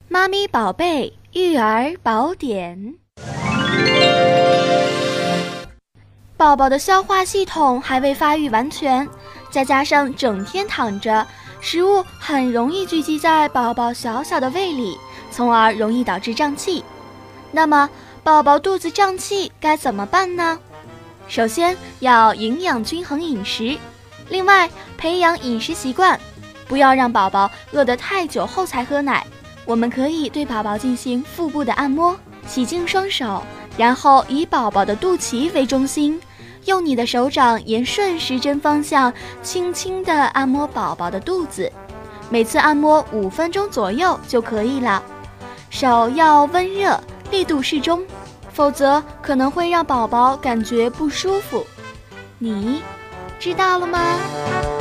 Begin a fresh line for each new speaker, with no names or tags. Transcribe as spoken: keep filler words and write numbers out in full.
妈咪宝贝育儿宝典。宝宝的消化系统还未发育完全，再加上整天躺着，食物很容易聚集在宝宝小小的胃里，从而容易导致胀气。那么宝宝肚子胀气该怎么办呢？首先要营养均衡饮食，另外培养饮食习惯，不要让宝宝饿得太久后才喝奶。我们可以对宝宝进行腹部的按摩，洗净双手，然后以宝宝的肚脐为中心，用你的手掌沿顺时针方向轻轻地按摩宝宝的肚子，每次按摩五分钟左右就可以了。手要温热，力度适中，否则可能会让宝宝感觉不舒服。你知道了吗？